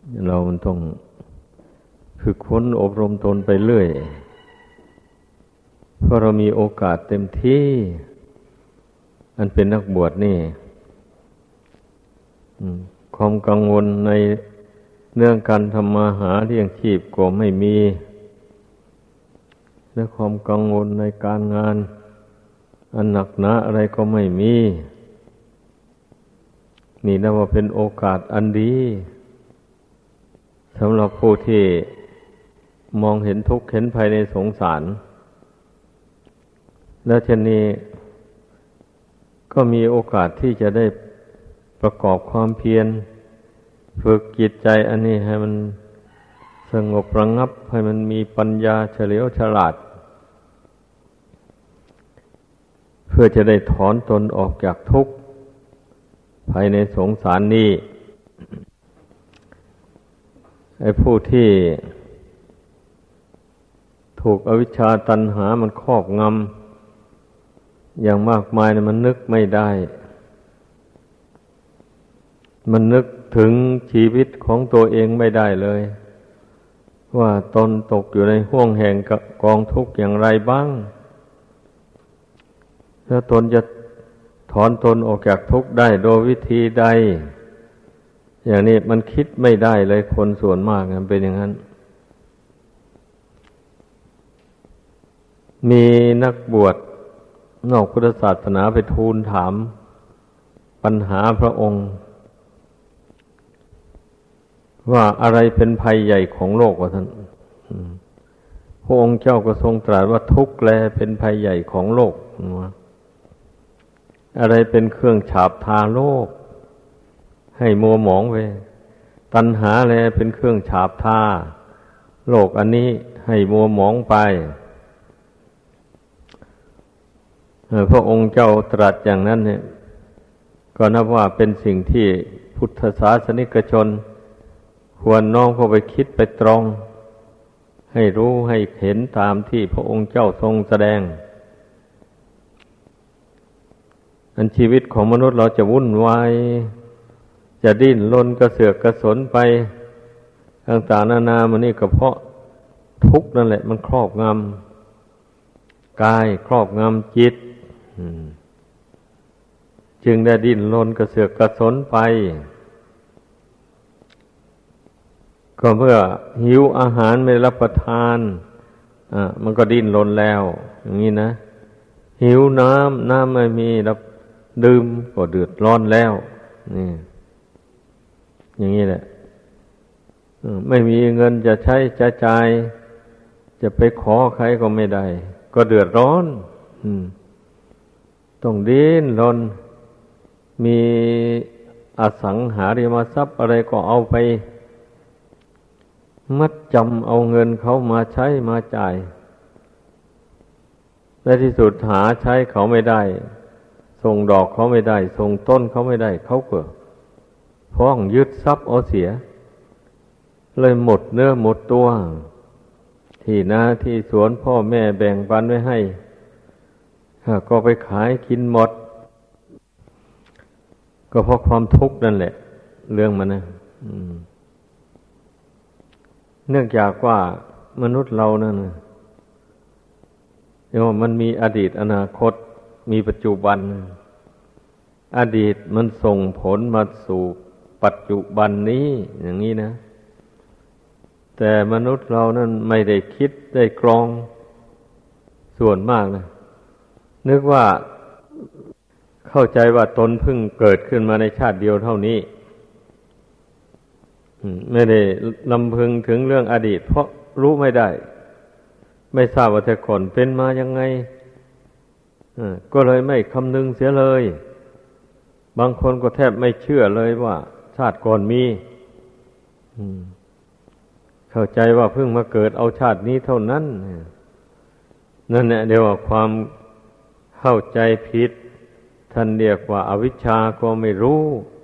เรามันต้องฝึกฝนอบรมตนไปเรื่อยเพราะเรามีโอกาสเต็มที่อันเป็นนักบวชนี่ความกังวลในเรื่องการทำมาหาเลี้ยงชีพก็ไม่มีและความกังวลในการงานอันหนักหนาอะไรก็ไม่มีนี่นับว่าเป็นโอกาสอันดีสำหรับผู้ที่มองเห็นทุกข์เห็นภัยในสงสารแล้วเช่นนี้ก็มีโอกาสที่จะได้ประกอบความเพียรฝึกจิตใจอันนี้ให้มันสงบระงับให้มันมีปัญญาเฉลียวฉลาดเพื่อจะได้ถอนตนออกจากทุกข์ภายในสงสารนี้ไอ้ผู้ที่ถูกอวิชชาตัณหามันครอบงำอย่างมากมายเนี่ยมันนึกไม่ได้มันนึกถึงชีวิตของตัวเองไม่ได้เลยว่าตนตกอยู่ในห้วงแห่งกองทุกข์อย่างไรบ้างแล้วตนจะถอนตนออกจากทุกข์ได้โดยวิธีใดอย่างนี้มันคิดไม่ได้เลยคนส่วนมากมันเป็นอย่างนั้นมีนักบวชนอกพุทธศาสนาไปทูลถามปัญหาพระองค์ว่าอะไรเป็นภัยใหญ่ของโลกวะท่านพระองค์เจ้าก็ทรงตรัสว่าทุกข์แลเป็นภัยใหญ่ของโลกอะไรเป็นเครื่องฉาบทาโลกให้มัวหมองไปตัณหาแลเป็นเครื่องฉาบทาโลกอันนี้ให้มัวหมองไปพระองค์เจ้าตรัสอย่างนั้นเนี่ยก็นับว่าเป็นสิ่งที่พุทธศาสนิกชนควรน้อมเข้าไปคิดไปตรองให้รู้ให้เห็นตามที่พระองค์เจ้าทรงแสดงอันชีวิตของมนุษย์เราจะวุ่นวายจะดิ้นรนกระเสือกกระสนไปต่างๆนานามันนี่ก็เพราะทุกข์นั่นแหละมันครอบงำกายครอบงำจิตจึงได้ดิ้นรนกระเสือกกระสนไปก็เพื่อหิวอาหารไม่รับประทานมันก็ดิ้นรนแล้วอย่างนี้นะหิวน้ำไม่มีรับดื่มก็เดือดร้อนแล้วนี่อย่างนี้แหละไม่มีเงินจะใช้จะจ่ายจะไปขอใครก็ไม่ได้ก็เดือดร้อนต้องดิ้นรนมีอสังหาริมทรัพย์อะไรก็เอาไปมัดจำเอาเงินเขามาใช้มาจ่ายในที่สุดหาใช้เขาไม่ได้ส่งดอกเขาไม่ได้ส่งต้นเขาไม่ได้เขาก็ฟ้องยึดทรัพย์เอาเสียเลยหมดเนื้อหมดตัวที่นาที่สวนพ่อแม่แบ่งปันไว้ให้ก็ไปขายกินหมดก็เพราะความทุกข์นั่นแหละเรื่องมันนะเนื่องจากว่ามนุษย์เรานั่นมันมีอดีตอนาคตมีปัจจุบันอดีตมันส่งผลมาสู่ปัจจุบันนี้อย่างนี้นะแต่มนุษย์เรานั้นไม่ได้คิดได้กรองส่วนมากนะนึกว่าเข้าใจว่าตนเพิ่งเกิดขึ้นมาในชาติเดียวเท่านี้ไม่ได้ลำพึงถึงเรื่องอดีตเพราะรู้ไม่ได้ไม่ทราบว่าแต่ก่อนเป็นมายังไงก็เลยไม่คำนึงเสียเลยบางคนก็แทบไม่เชื่อเลยว่าชาติก่อนมีเข้าใจว่าเพิ่งมาเกิดเอาชาตินี้เท่านั้นนั่นแหละเรียกว่าความเข้าใจผิดท่านเรียกว่าอวิชชาก็ไม่รู้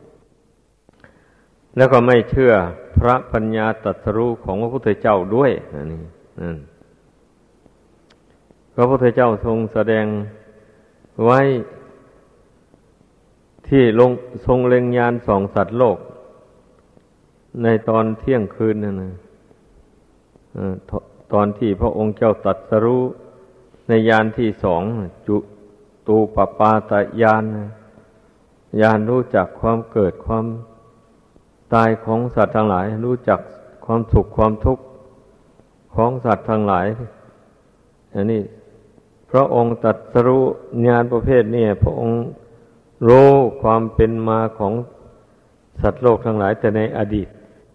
แล้วก็ไม่เชื่อพระปัญญาตรัสรู้ของพระพุทธเจ้าด้วยนี่นั่นพระพุทธเจ้าทรงแสดงไว้ที่ทรงเล็งญาณส่องสัตว์โลกในตอนเที่ยงคืนนั่นนะตอนที่พระองค์เจ้าตรัสรู้ในญาณที่สองจุตูปปาตญาณญาณรู้จักความเกิดความตายของสัตว์ทั้งหลายรู้จักความสุขความทุกข์ของสัตว์ทั้งหลายอันนี้พระองค์ตรัสรู้ญาณประเภทนี้พระองค์รู้ความเป็นมาของสัตว์โลกทั้งหลายแต่ในอดีต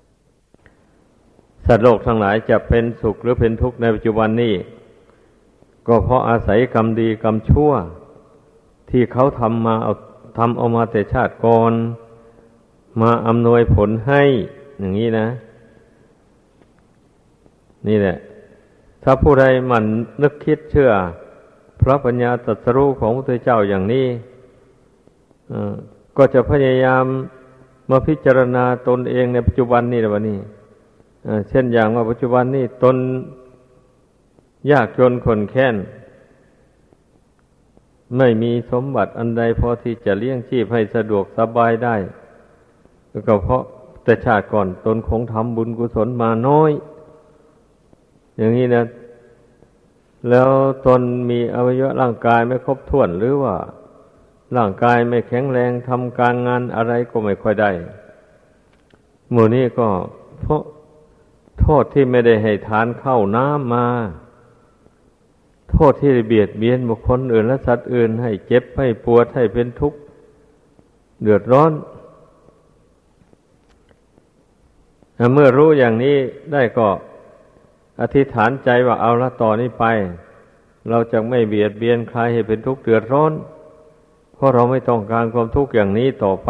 สัตว์โลกทั้งหลายจะเป็นสุขหรือเป็นทุกข์ในปัจจุบันนี้ก็เพราะอาศัยกรรมดีกรรมชั่วที่เขาทำเอามาแต่ชาติก่อนมาอำนวยผลให้อย่างนี้นะนี่แหละถ้าผู้ใดหมั่นนึกคิดเชื่อพระปัญญาตรัสรู้ของพระพุทธเจ้าอย่างนี้ก็จะพยายามมาพิจารณาตนเองในปัจจุบันนี้นะวันนี้เช่นอย่างว่าปัจจุบันนี้ตนยากจนข้นแค้นไม่มีสมบัติอันใดพอที่จะเลี้ยงชีพให้สะดวกสบายได้ก็เพราะแต่ชาติก่อนตนคงทำบุญกุศลมาน้อยอย่างนี้นะแล้วตนมีอวัยวะร่างกายไม่ครบถ้วนหรือว่าร่างกายไม่แข็งแรงทำการงานอะไรก็ไม่ค่อยได้หมู่นี้ก็เพราะโทษที่ไม่ได้ให้ทานข้าวน้ำมาโทษที่เบียดเบียนบุคคลอื่นและสัตว์อื่นให้เจ็บให้ปวดให้เป็นทุกข์เดือดร้อนเมื่อรู้อย่างนี้ได้ก็อธิษฐานใจว่าเอาละต่อนนี้ไปเราจะไม่เบียดเบียนใครให้เป็นทุกข์เดือดร้อนเพราะเราไม่ต้องการความทุกข์อย่างนี้ต่อไป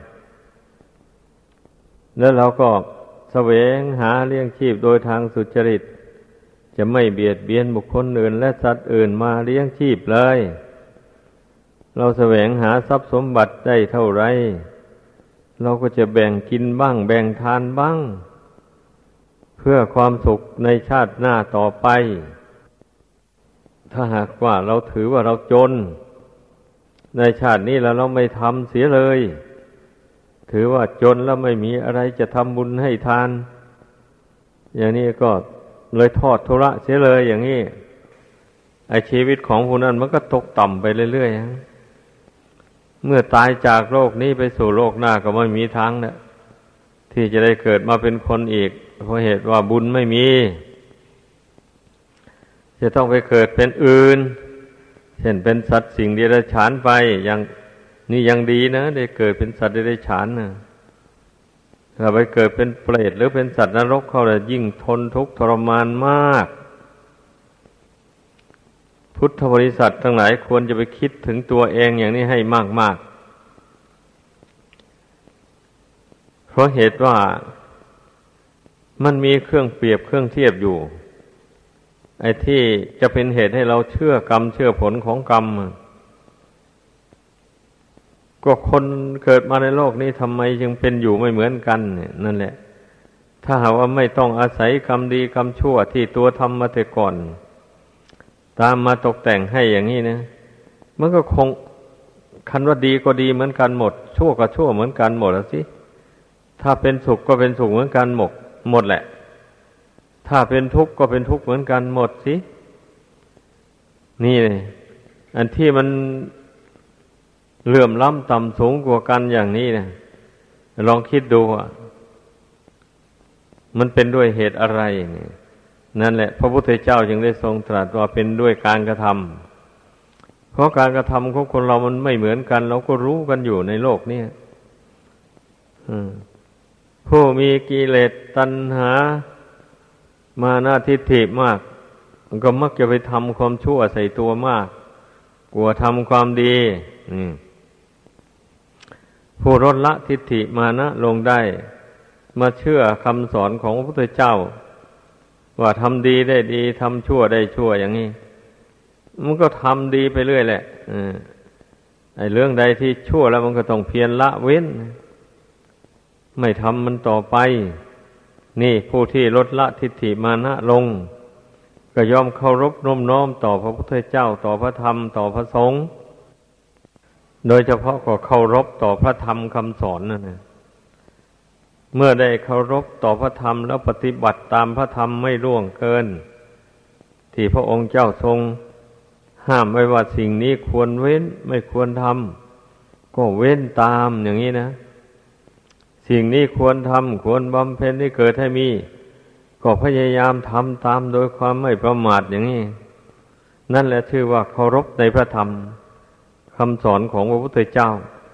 แล้วเราก็แสวงหาเลี้ยงชีพโดยทางสุจริตจะไม่เบียดเบียนบุคคลอื่นและสัตว์อื่นมาเลี้ยงชีพเลยเราแสวงหาทรัพย์สมบัติได้เท่าไรเราก็จะแบ่งกินบ้างแบ่งทานบ้างเพื่อความสุขในชาติหน้าต่อไปถ้าหากว่าเราถือว่าเราจนในชาตินี้แล้วเราไม่ทำเสียเลยถือว่าจนแล้วไม่มีอะไรจะทำบุญให้ทานอย่างนี้ก็เลยทอดทุระเสียเลยอย่างนี้ไอ้ชีวิตของผู้นั้นมันก็ตกต่ำไปเรื่อยๆเมื่อตายจากโลกนี้ไปสู่โลกหน้าก็ไม่มีทางนะที่จะได้เกิดมาเป็นคนอีกเพราะเหตุว่าบุญไม่มีจะต้องไปเกิดเป็นอื่นเช่นเป็นสัตว์สิ่งเดรัจฉานไปอย่างนี่ยังดีนะได้เกิดเป็นสัตว์เดรัจฉานนะถ้าไปเกิดเป็นเปรตหรือเป็นสัตว์นรกเขาจะยิ่งทนทุกข์ทรมานมากพุทธบริษัททั้งหลายควรจะไปคิดถึงตัวเองอย่างนี้ให้มากๆเพราะเหตุว่ามันมีเครื่องเปรียบเครื่องเทียบอยู่ไอ้ที่จะเป็นเหตุให้เราเชื่อกรรมเชื่อผลของกรรมก็คนเกิดมาในโลกนี้ทำไมจึงเป็นอยู่ไม่เหมือนกันเนี่ยนั่นแหละถ้าหากว่าไม่ต้องอาศัยกรรมดีกรรมชั่วที่ตัวทำมาแต่ก่อนตามมาตกแต่งให้อย่างนี้นะมันก็คงคันว่าดีก็ดีเหมือนกันหมดชั่วก็ชั่วเหมือนกันหมดแล้วสิถ้าเป็นสุขก็เป็นสุขเหมือนกันหมดแหละถ้าเป็นทุกข์ก็เป็นทุกข์เหมือนกันหมดสินี่เลยอันที่มันเหลื่อมล้ำต่ำสูงกว่ากันอย่างนี้นะลองคิดดูว่ามันเป็นด้วยเหตุอะไรนี่นั่นแหละพระพุทธเจ้าจึงได้ทรงตรัสว่าเป็นด้วยการกระทำเพราะการกระทำของคนเรามันไม่เหมือนกันเราก็รู้กันอยู่ในโลกนี้ผู้มีกิเลสตัณหามานะทิฏฐิมากมันก็มักจะไปทำความชั่วใส่ตัวมากกลัวทำความดีผู้ลดละทิฏฐิมานะลงได้มาเชื่อคำสอนของพระพุทธเจ้าว่าทำดีได้ดีทำชั่วได้ชั่วอย่างนี้มันก็ทำดีไปเรื่อยแหละไอ้เรื่องใดที่ชั่วแล้วมันก็ต้องเพียรละเว้นไม่ทำมันต่อไปนี่ผู้ที่ลดละทิฏฐิมานะลงก็ยอมเคารพน้อมต่อพระพุทธเจ้าต่อพระธรรมต่อพระสงฆ์โดยเฉพาะก็เคารพต่อพระธรรมคำสอนนั่นนะเมื่อได้เคารพต่อพระธรรมแล้วปฏิบัติตามพระธรรมไม่ล่วงเกินที่พระองค์เจ้าทรงห้ามไว้ว่าสิ่งนี้ควรเว้นไม่ควรทำก็เว้นตามอย่างนี้นะสิ่งนี้ควรทำควรบำเพ็ญให้เกิดให้มีก็พยายามทำตามโดยความไม่ประมาทอย่างนี้นั่นแหละชื่อว่าเคารพในพระธรรมคำสอนของพระพุทธเจ้า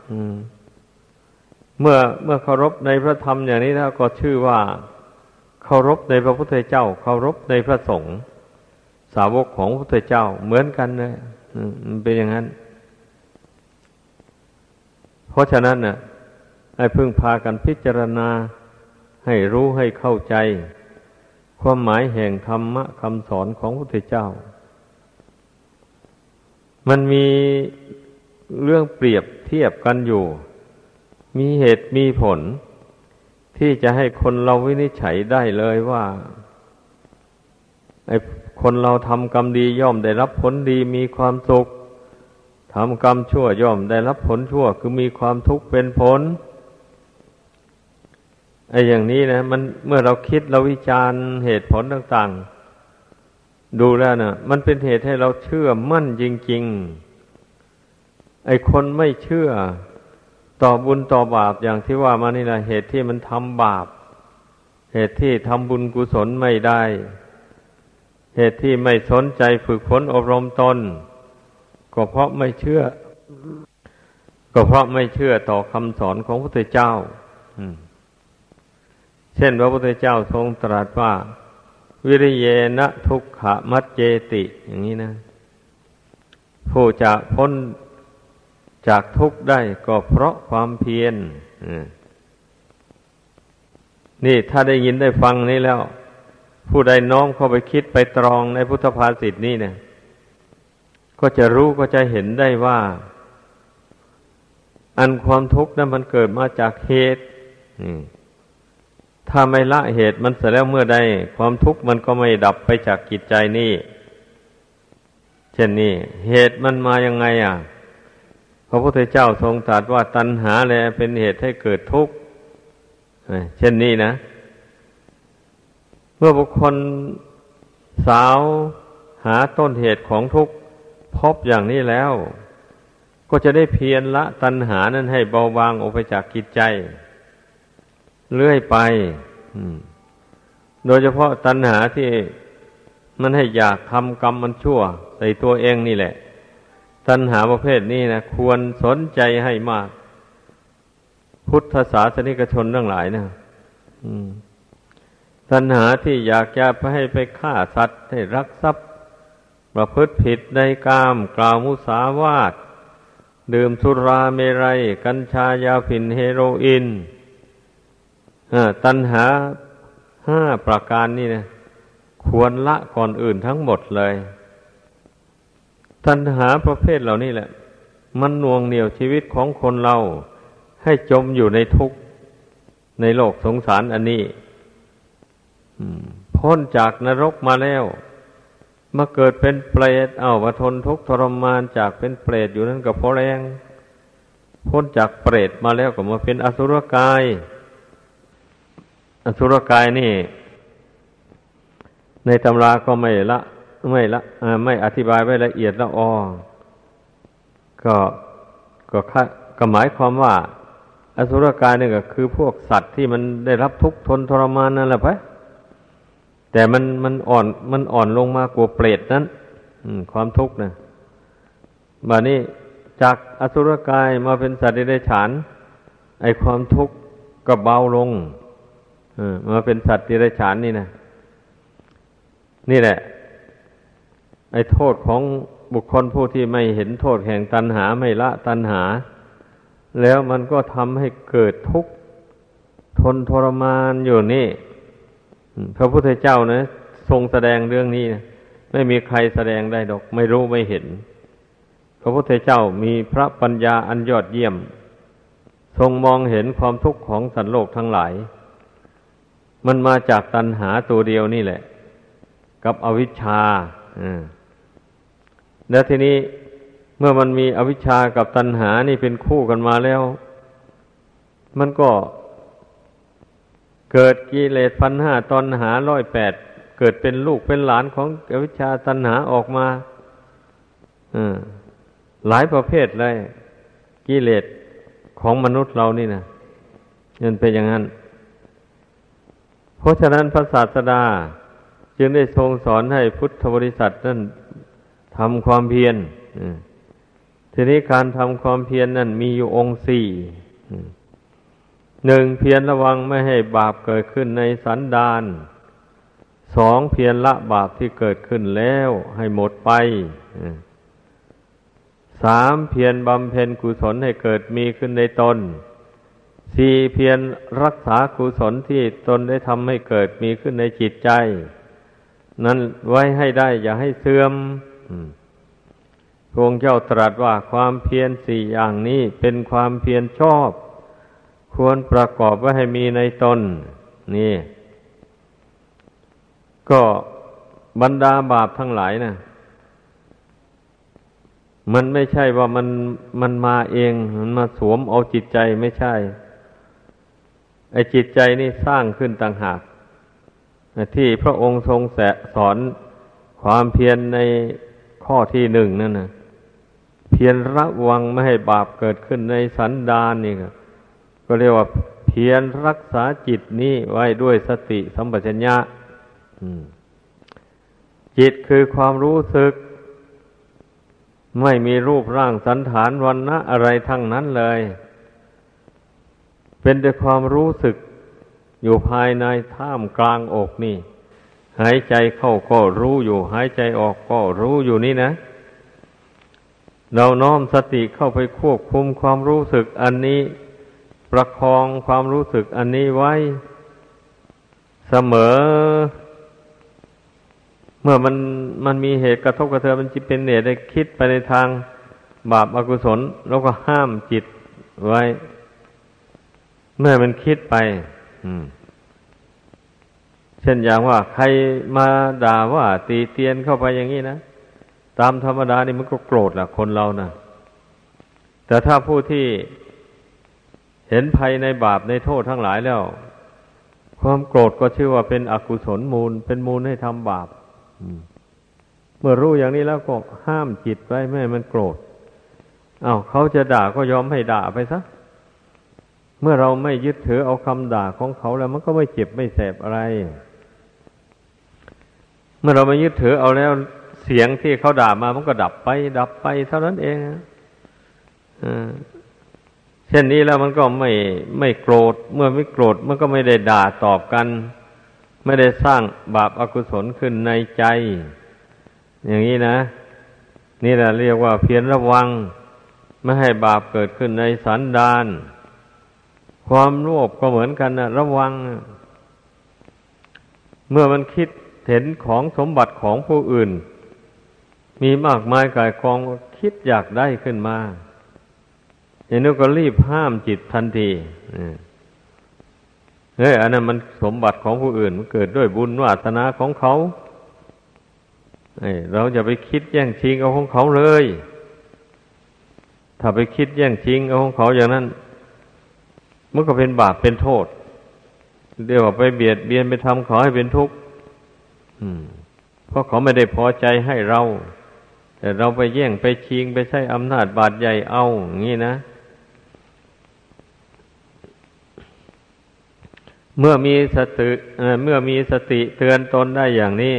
เมื่อเคารพในพระธรรมอย่างนี้แล้วก็ชื่อว่าเคารพในพระพุทธเจ้าเคารพในพระสงฆ์สาวกของพระพุทธเจ้าเหมือนกันเลยมันเป็นอย่างนั้นเพราะฉะนั้นน่ะให้พึงพากันพิจารณาให้รู้ให้เข้าใจความหมายแห่งธรรมะคำสอนของพระพุทธเจ้ามันมีเรื่องเปรียบเทียบกันอยู่มีเหตุมีผลที่จะให้คนเราวินิจฉัยได้เลยว่าไอ้คนเราทำกรรมดีย่อมได้รับผลดีมีความสุขทำกรรมชั่วย่อมได้รับผลชั่วคือมีความทุกข์เป็นผลไอ้อย่างนี้นะมันเมื่อเราคิดเราวิจารณ์เหตุผลต่างๆดูแล้วนะมันเป็นเหตุให้เราเชื่อมั่นจริงๆไอ้คนไม่เชื่อต่อบุญต่อบาปอย่างที่ว่ามานี่แหละเหตุที่มันทำบาปเหตุที่ทำบุญกุศลไม่ได้เหตุที่ไม่สนใจฝึกฝนอบรมตนก็เพราะไม่เชื่อต่อคำสอนของพระพุทธเจ้าเช่นพระพุทธเจ้าทรงตรัสว่าวิริเยนะทุกขมัจเจติอย่างนี้นะผู้จะพ้นจากทุกข์ได้ก็เพราะความเพียรนี่ถ้าได้ยินได้ฟังนี้แล้วผู้ใดน้อมเข้าไปคิดไปตรองในพุทธภาษิตนี้เนี่ยก็จะรู้ก็จะเห็นได้ว่าอันความทุกข์นั้นมันเกิดมาจากเหตุถ้าไม่ละเหตุมันเสร็จแล้วเมื่อใดความทุกข์มันก็ไม่ดับไปจากจิตใจนี่เช่นนี้เหตุมันมายังไงพระพุทธเจ้าทรงตรัสว่าตัณหาแลเป็นเหตุให้เกิดทุกข์เช่นนี้นะเมื่อบุคคลสาวหาต้นเหตุของทุกข์พบอย่างนี้แล้วก็จะได้เพียรละตัณหานั้นให้เบาบางออกไปจากจิตใจเรื่อยไปโดยเฉพาะตัณหาที่มันให้อยากทำกรรมมันชั่วใส่ตัวเองนี่แหละตัณหาประเภทนี้นะควรสนใจให้มากพุทธศาสนิกชนทั้งหลายนะตัณหาที่อยากจะให้ไปฆ่าสัตว์ให้รักทรัพย์ประพฤติผิดในกามกล่าวมุสาวาทดื่มสุราเมรัยกัญชายาฝิ่นเฮโรอีนตัณหา5ประการนี้นะควรละก่อนอื่นทั้งหมดเลยตัณหาประเภทเหล่านี้แหละมันน่วงเหนี่ยวชีวิตของคนเราให้จมอยู่ในทุกข์ในโลกสงสารอันนี้พ้นจากนรกมาแล้วมาเกิดเป็นเปรตมาทนทุกข์ทรมานจากเป็นเปรตอยู่นั่นก็เพราะแรงพ้นจากเปรตมาแล้วก็มาเป็นอสุรกายอสุรกายนี่ในตำราก็ไม่อธิบายไว้ละเอียดละออก็หมายความว่าอสุรกายนี่ก็คือพวกสัตว์ที่มันได้รับทุกข์ทนทรมานนั่นแหละแต่มันอ่อนลงมากว่าเปรตนั้นความทุกข์นะบัดนี้จากอสุรกายมาเป็นสัตว์เดรัจฉานไอ้ความทุกข์ก็เบาลงมาเป็นสัตว์เดรัจฉานนี่นะนี่แหละไอ้โทษของบุคคลผู้ที่ไม่เห็นโทษแห่งตัณหาไม่ละตัณหาแล้วมันก็ทำให้เกิดทุกข์ทนทรมานอยู่นี่พระพุทธเจ้านะทรงแสดงเรื่องนี้นะไม่มีใครแสดงได้ดอกไม่รู้ไม่เห็นพระพุทธเจ้ามีพระปัญญาอันยอดเยี่ยมทรงมองเห็นความทุกข์ของสัตว์โลกทั้งหลายมันมาจากตัณหาตัวเดียวนี่แหละกับอวิชชาแล้วทีนี้เมื่อมันมีอวิชชากับตัณหานี่เป็นคู่กันมาแล้วมันก็เกิดกิเลส1,500 ตัณหา108เกิดเป็นลูกเป็นหลานของอวิชชาตัณหาออกมาหลายประเภทเลยกิเลสของมนุษย์เรานี่นะมันเป็นอย่างนั้นเพราะฉะนั้นพระศาสดาจึงได้ทรงสอนให้พุทธบริษัทนั้นทำความเพียรทีนี้การทำความเพียรนั้นมีอยู่องค์สี่หนึ่งเพียรระวังไม่ให้บาปเกิดขึ้นในสันดานสองเพียรละบาปที่เกิดขึ้นแล้วให้หมดไปสามเพียรบำเพ็ญกุศลให้เกิดมีขึ้นในตนสี่เพียรรักษากุศลที่ตนได้ทำให้เกิดมีขึ้นในจิตใจนั้นไว้ให้ได้อย่าให้เสื่อมพระองค์เจ้าตรัสว่าความเพียรสี่อย่างนี้เป็นความเพียรชอบควรประกอบไว้ให้มีในตนนี่ก็บรรดาบาปทั้งหลายนะมันไม่ใช่ว่ามันมาเองมันมาสวมเอาจิตใจไม่ใช่ไอ้จิตใจนี่สร้างขึ้นต่างหากที่พระองค์ทรงสอนความเพียรในข้อที่หนึ่งนั่นนะเพียรระวังไม่ให้บาปเกิดขึ้นในสันดานนี่ก็เรียกว่าเพียรรักษาจิตนี้ไว้ด้วยสติสัมปชัญญะจิตคือความรู้สึกไม่มีรูปร่างสันฐานวรรณะอะไรทั้งนั้นเลยเป็นแต่ความรู้สึกอยู่ภายในท่ามกลางอกนี่หายใจเข้าก็รู้อยู่หายใจออกก็รู้อยู่นี่นะเราน้อมสติเข้าไปควบคุมความรู้สึกอันนี้ประคองความรู้สึกอันนี้ไว้เสมอเมื่อมันมีเหตุกระทบกระเทือนมันจะเป็นเหตุให้คิดไปในทางบาปอกุศลแล้วก็ห้ามจิตไว้เมื่อมันคิดไปเช่นอย่างว่าใครมาด่าว่าตีเตียนเข้าไปอย่างนี้นะตามธรรมดานี่มันก็โกรธแหละคนเรานะแต่ถ้าผู้ที่เห็นภัยในบาปในโทษทั้งหลายแล้วความโกรธก็ชื่อว่าเป็นอกุศลมูลเป็นมูลให้ทำบาปเมื่อรู้อย่างนี้แล้วก็ห้ามจิตไว้ไม่ให้มันโกรธเขาจะด่าก็ยอมให้ด่าไปซะเมื่อเราไม่ยึดถือเอาคำด่าของเขาแล้วมันก็ไม่เจ็บไม่แสบอะไรเมื่อเราไม่ยึดถือเอาแล้วเสียงที่เขาด่ามามันก็ดับไปเท่านั้นเองเช่นนี้แล้วมันก็ไม่โกรธเมื่อไม่โกรธมันก็ไม่ได้ด่าตอบกันไม่ได้สร้างบาปอกุศลขึ้นในใจอย่างนี้นะนี่แหละเรียกว่าเพียรระวังไม่ให้บาปเกิดขึ้นในสันดานความโลภก็เหมือนกันนะระวังเมื่อมันคิดเห็นของสมบัติของผู้อื่นมีมากมายก่ายกองคิดอยากได้ขึ้นมาอย่างนี้ก็รีบห้ามจิตทันทีอันนั้นมันสมบัติของผู้อื่นมันเกิดด้วยบุญวาสนาของเขาเราจะไปคิดแย่งชิงเอาของเขาเลยถ้าไปคิดแย่งชิงเอาของเขาอย่างนั้นมันก็เป็นบาปเป็นโทษเรียกว่าไปเบียดเบียนไปทำเขาให้เป็นทุกข์เพราะเขาไม่ได้พอใจให้เราแต่เราไปแย่งไปชิงไปใช้อำนาจบาดใหญ่เอาอย่างนี้นะเมื่อมีสติเตือนตนได้อย่างนี้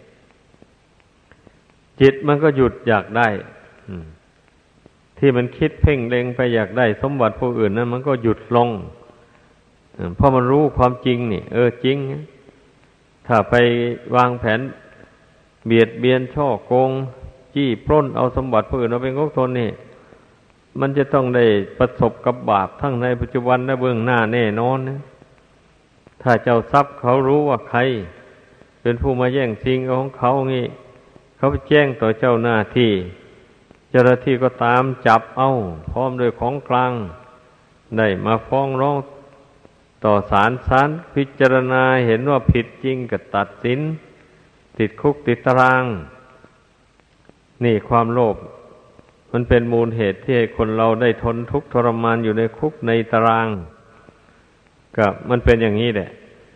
จิตมันก็หยุดอยากได้ที่มันคิดเพ่งเล็งไปอยากได้สมบัติผู้อื่นนั้นมันก็หยุดลงเพราะมันรู้ความจริงนี่จริงถ้าไปวางแผนเบียดเบียนช่อโกงจี้ปล้นเอาสมบัติผู้อื่นเอาเป็นของตนนี่มันจะต้องได้ประสบกับบาปทั้งในปัจจุบันและเบื้องหน้าแน่นอนนะถ้าเจ้าทรัพย์เขารู้ว่าใครเป็นผู้มาแย่งชิงเอาของเขางี้เขาไปแจ้งต่อเจ้าหน้าที่เจ้าหน้าที่ก็ตามจับเอาพร้อมด้วยของกลางได้มาฟ้องร้องต่อศาลพิจารณาเห็นว่าผิดจริงก็ตัดสินติดคุกติดตารางนี่ความโลภมันเป็นมูลเหตุที่ให้คนเราได้ทนทุกข์ทรมานอยู่ในคุกในตารางก็มันเป็นอย่างนี้แหละ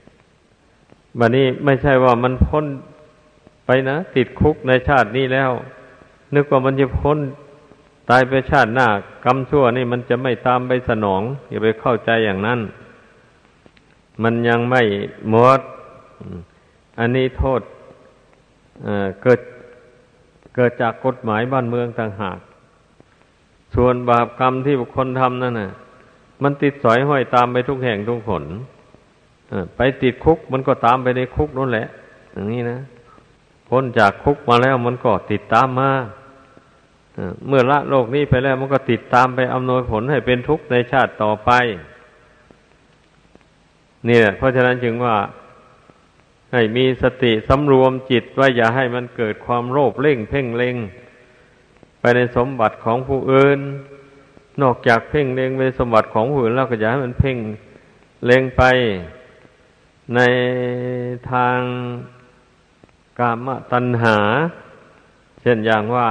บัดนี้ไม่ใช่ว่ามันพ้นไปนะติดคุกในชาตินี้แล้วนึกว่ามันจะพ้นตายไปชาติหน้ากรรมชั่วนี่มันจะไม่ตามไปสนองอย่าไปเข้าใจอย่างนั้นมันยังไม่หมดอันนี้โทษเกิดจากกฎหมายบ้านเมืองต่างหากส่วนบาปกรรมที่บุคคลทำนั่นน่ะมันติดสอยห้อยตามไปทุกแห่งทุกหนไปติดคุกมันก็ตามไปในคุกนั่นแหละอย่างนี้นะพ้นจากคุกมาแล้วมันก็ติดตามมาเมื่อละโลกนี้ไปแล้วมันก็ติดตามไปอำนวยผลให้เป็นทุกข์ในชาติต่อไปนี่แหละเพราะฉะนั้นจึงว่าให้มีสติสำรวมจิตไว้อย่าให้มันเกิดความโลภเร่งเพ่งเล็งไปในสมบัติของผู้อื่นนอกจากเพ่งเล็งไปสมบัติของผู้อื่นแล้วก็อย่าให้มันเพ่งเล็งไปในทางกามตัณหาเช่นอย่างว่า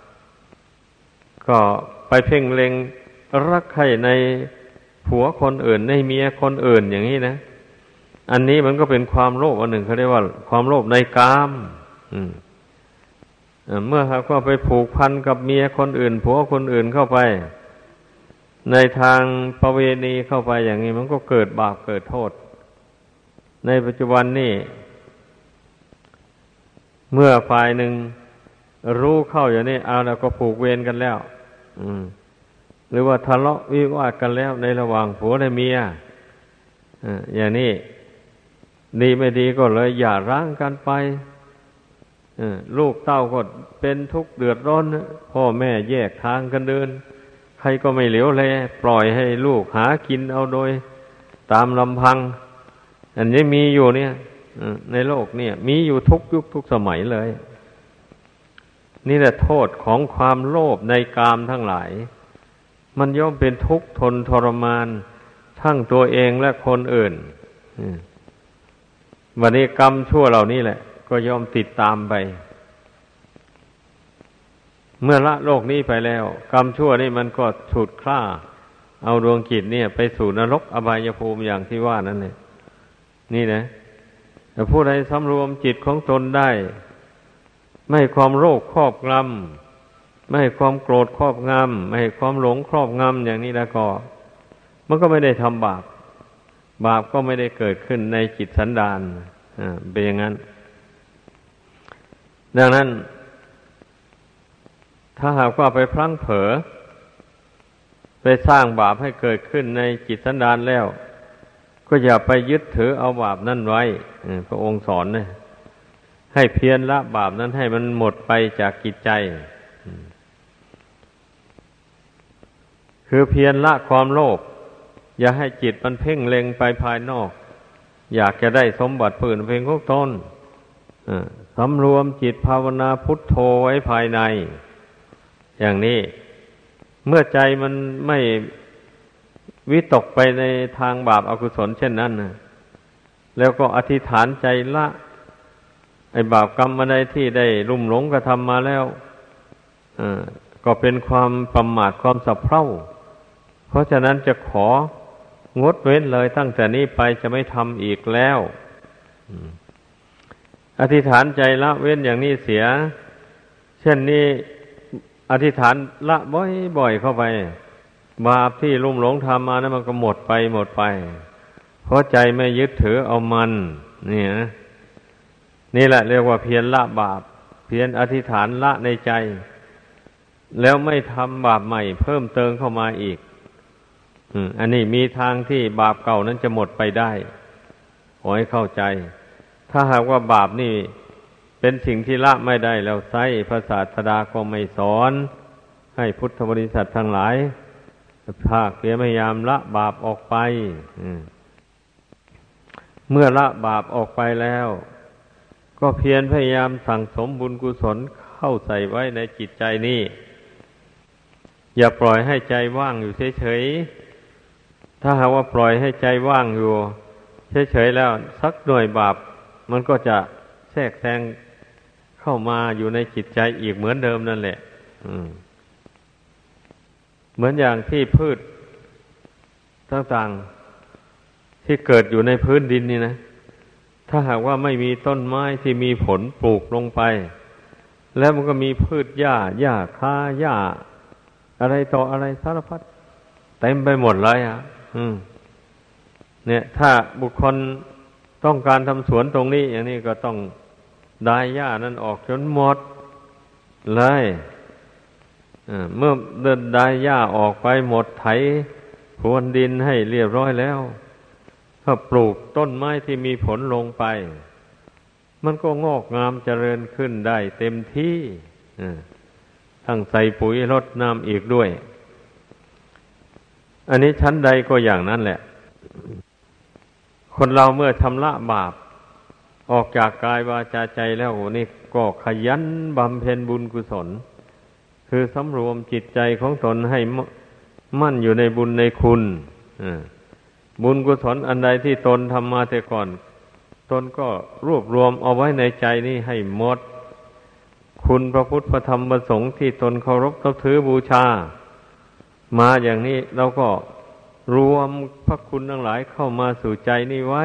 ก็ไปเพ่งเล็งรักใคร่ในผัวคนอื่นในเมียคนอื่นอย่างนี้นะอันนี้มันก็เป็นความโลภอันหนึ่งเขาเรียกว่าความโลภในกามเมื่อหากว่าไปผูกพันกับเมียคนอื่นผัวคนอื่นเข้าไปในทางประเวณีเข้าไปอย่างนี้มันก็เกิดบาปเกิดโทษในปัจจุบันนี่เมื่อฝ่ายหนึ่งรู้เข้าอย่างนี้เอาแล้วก็ผูกเวรกันแล้วหรือว่าทะเลาะวิวาทกันแล้วในระหว่างผัวและเมียอย่างนี้ดีไม่ดีก็เลยหย่าร้างกันไปลูกเต้าก็เป็นทุกข์เดือดร้อนพ่อแม่แยกทางกันเดินใครก็ไม่เหลียวแลปล่อยให้ลูกหากินเอาโดยตามลำพังอันนี้มีอยู่เนี่ยในโลกเนี่ยมีอยู่ทุกยุคทุกสมัยเลยนี่แหละโทษของความโลภในกามทั้งหลายมันย่อมเป็นทุกข์ทนทรมานทั้งตัวเองและคนอื่นวันนี้กรรมชั่วเหล่านี้แหละก็ย่อมติดตามไปเมื่อละโลกนี้ไปแล้วกรรมชั่วนี่มันก็ฉุดคล้าเอาดวงจิตเนี่ยไปสู่นรกอบายภูมิอย่างที่ว่านั่นเนี่ยนี่นะแต่ผู้ใดสำรวมจิตของตนได้ไม่ให้ความโลภครอบงำไม่ให้ความโกรธครอบงำไม่ให้ความหลงครอบงำอย่างนี้แล้วก็มันก็ไม่ได้ทำบาปก็ไม่ได้เกิดขึ้นในจิตสันดานเป็นอย่างนั้นดังนั้นถ้าหากว่าไปพลั้งเผลอไปสร้างบาปให้เกิดขึ้นในจิตสันดานแล้วก็อย่าไปยึดถือเอาบาปนั่นไว้พระองค์สอนนะให้เพียรละบาปนั้นให้มันหมดไปจากจิตใจคือเพียรละความโลภอย่าให้จิตมันเพ่งเล็งไปภายนอกอยากจะได้สมบัติผื่นเพ่งของตนสำรวมจิตภาวนาพุทโธไว้ภายในอย่างนี้เมื่อใจมันไม่วิตกไปในทางบาปอกุศลเช่นนั้นนะแล้วก็อธิษฐานใจละไอ้บาปกรรมอะไรที่ได้ลุ่มหลงกระทำมาแล้วก็เป็นความประมาทความสับเพร่าเพราะฉะนั้นจะของดเว้นเลยตั้งแต่นี้ไปจะไม่ทำอีกแล้วอธิษฐานใจละเว้นอย่างนี้เสียเช่นนี้อธิษฐานละบ่อยๆเข้าไปบาปที่ลุ่มหลงทำมานั้นมันก็หมดไปเพราะใจไม่ยึดถือเอามันนี่นะนี่แหละเรียกว่าเพียรละบาปเพียรอธิษฐานละในใจแล้วไม่ทำบาปใหม่เพิ่มเติมเข้ามาอีกอันนี้มีทางที่บาปเก่านั้นจะหมดไปได้ขอให้เข้าใจถ้าหากว่าบาปนี่เป็นสิ่งที่ละไม่ได้แล้วไซร้พระศาสดาก็ไม่สอนให้พุทธบริษัททั้งหลายภาคเพียรพยายามละบาปออกไปเมื่อละบาปออกไปแล้วก็เพียรพยายามสั่งสมบุญกุศลเข้าใส่ไว้ในจิตใจนี้อย่าปล่อยให้ใจว่างอยู่เฉยๆถ้าหากว่าปล่อยให้ใจว่างอยู่เฉยๆแล้วสักหน่วยบาปมันก็จะแทรกแซงเข้ามาอยู่ในจิตใจอีกเหมือนเดิมนั่นแหละเหมือนอย่างที่พืชต่างๆที่เกิดอยู่ในพื้นดินนี่นะถ้าหากว่าไม่มีต้นไม้ที่มีผลปลูกลงไปแล้วมันก็มีพืชหญ้าคาหญ้าอะไรต่ออะไรสารพัดเต็มไปหมดเลยเนี่ยถ้าบุคคลต้องการทำสวนตรงนี้อย่างนี้ก็ต้องดายหญ้านั้นออกจนหมดเลยเมื่อดายหญ้าออกไปหมดไถพรวนดินให้เรียบร้อยแล้วถ้าปลูกต้นไม้ที่มีผลลงไปมันก็งอกงามเจริญขึ้นได้เต็มที่ทั้งใส่ปุ๋ยรดน้ำอีกด้วยอันนี้ชั้นใดก็อย่างนั้นแหละคนเราเมื่อชำระบาปออกจากกายวาจาใจแล้วนี่ก็ขยันบำเพ็ญบุญกุศลคือสำรวมจิตใจของตนให้มั่นอยู่ในบุญในคุณบุญกุศลอันใดที่ตนทำมาแต่ก่อนตนก็รวบรวมเอาไว้ในใจนี้ให้หมดคุณพระพุทธพระธรรมพระสงฆ์ที่ตนเคารพนับถือบูชามาอย่างนี้เราก็รวมพระคุณทั้งหลายเข้ามาสู่ใจนี้ไว้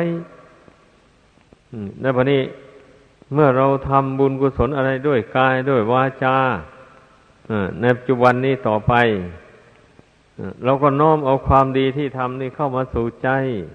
ในบัดนี้เมื่อเราทำบุญกุศลอะไรด้วยกายด้วยวาจาในปัจจุบันนี้ต่อไปเราก็น้อมเอาความดีที่ทำนี่เข้ามาสู่ใจ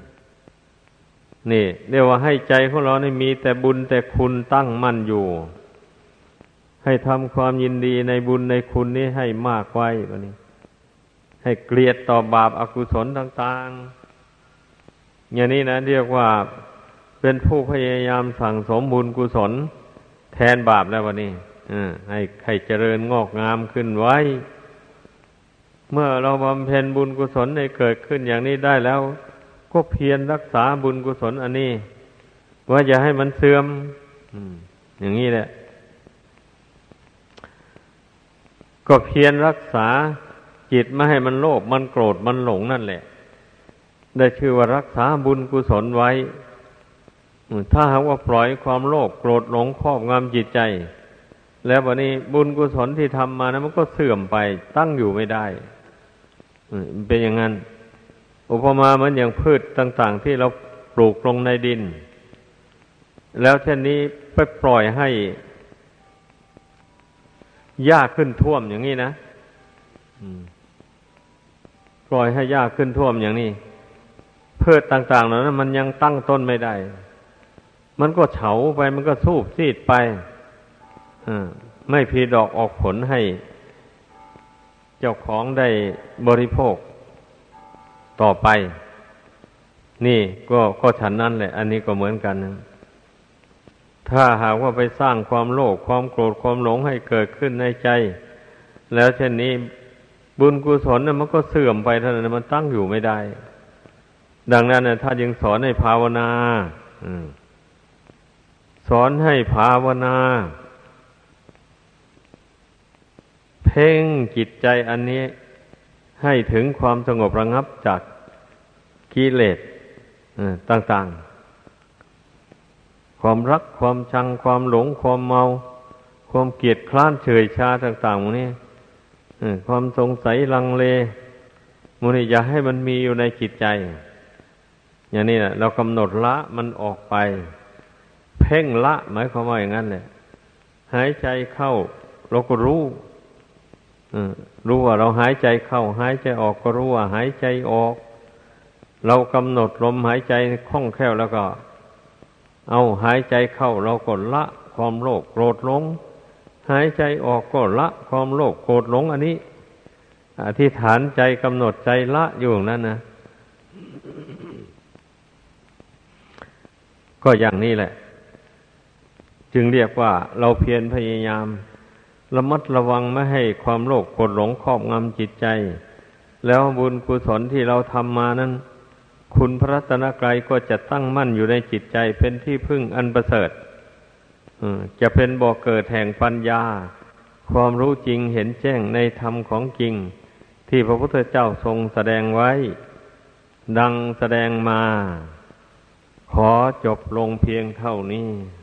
นี่เรียกว่าให้ใจของเรานี่มีแต่บุญแต่คุณตั้งมั่นอยู่ให้ทำความยินดีในบุญในคุณนี้ให้มากไว้บัดนี้ให้เกลียดต่อบาปอกุศลต่างๆอย่างนี้นะเรียกว่าเป็นผู้พยายามสั่งสมบุญกุศลแทนบาปแล้ววันนี้ให้เจริญงอกงามขึ้นไว้เมื่อเราบำเพ็ญบุญกุศลให้เกิดขึ้นอย่างนี้ได้แล้วก็เพียรรักษาบุญกุศลอันนี้ว่าอย่าให้มันเสื่อมอย่างนี้แหละก็เพียรรักษาจิตไม่ให้มันโลภมันโกรธมันหลงนั่นแหละได้ชื่อว่ารักษาบุญกุศลไว้ถ้าหากว่าปล่อยความโลภโกรธหลงครอบงำจิตใจแล้ววันนี้บุญกุศลที่ทำมานะมันก็เสื่อมไปตั้งอยู่ไม่ได้มันเป็นอย่างนั้นอุปมาเหมือนอย่างพืชต่างๆที่เราปลูกลงในดินแล้วเช่นนี้ไปปล่อยให้หญ้าขึ้นท่วมอย่างนี้นะปล่อยให้หญ้าขึ้นท่วมอย่างนี้พืชต่างๆเหล่านั้นมันยังตั้งต้นไม่ได้มันก็เฉาไปมันก็สูบซีดไปไม่พลีดอกออกผลให้เจ้าของได้บริโภคต่อไปนี่ก็ฉันนั้นแหละอันนี้ก็เหมือนกันนะถ้าหากว่าไปสร้างความโลภความโกรธความหลงให้เกิดขึ้นในใจแล้วเช่นนี้บุญกุศลมันก็เสื่อมไปเท่านั้นมันตั้งอยู่ไม่ได้ดังนั้นถ้ายังสอนให้ภาวนาสอนให้ภาวนาเพ่งจิตใจอันนี้ให้ถึงความสงบระงับจากกิเลสต่างๆความรักความชังความหลงความเมาความเกลียดคร้านเฉยชาต่างๆพวกนี้ความสงสัยลังเลมันอย่าให้มันมีอยู่ในจิตใจอย่างนี้แหละเรากำหนดละมันออกไปเพ่งละหมายความว่าอย่างนั้นแหละหายใจเข้าเราก็รู้ว่าเราหายใจเข้าหายใจออกก็รู้ว่าหายใจออกเรากำหนดลมหายใจคล่องแคล่วแล้วก็เอาหายใจเข้าเราก็ละความโลภโกรธหลงหายใจออกก็ละความโลภโกรธหลงอันนี้อธิษฐานใจกำหนดใจละอยู่อย่างนั้นนะก็อย่างนี้แหละจึงเรียกว่าเราเพียรพยายามระมัดระวังไม่ให้ความโลภโกรธหลงครอบงำจิตใจแล้วบุญกุศลที่เราทำมานั้นคุณพระรัตนกรัยก็จะตั้งมั่นอยู่ในจิตใจเป็นที่พึ่งอันประเสริฐจะเป็นบ่อเกิดแห่งปัญญาความรู้จริงเห็นแจ้งในธรรมของจริงที่พระพุทธเจ้าทรงแสดงไว้ดังแสดงมาขอจบลงเพียงเท่านี้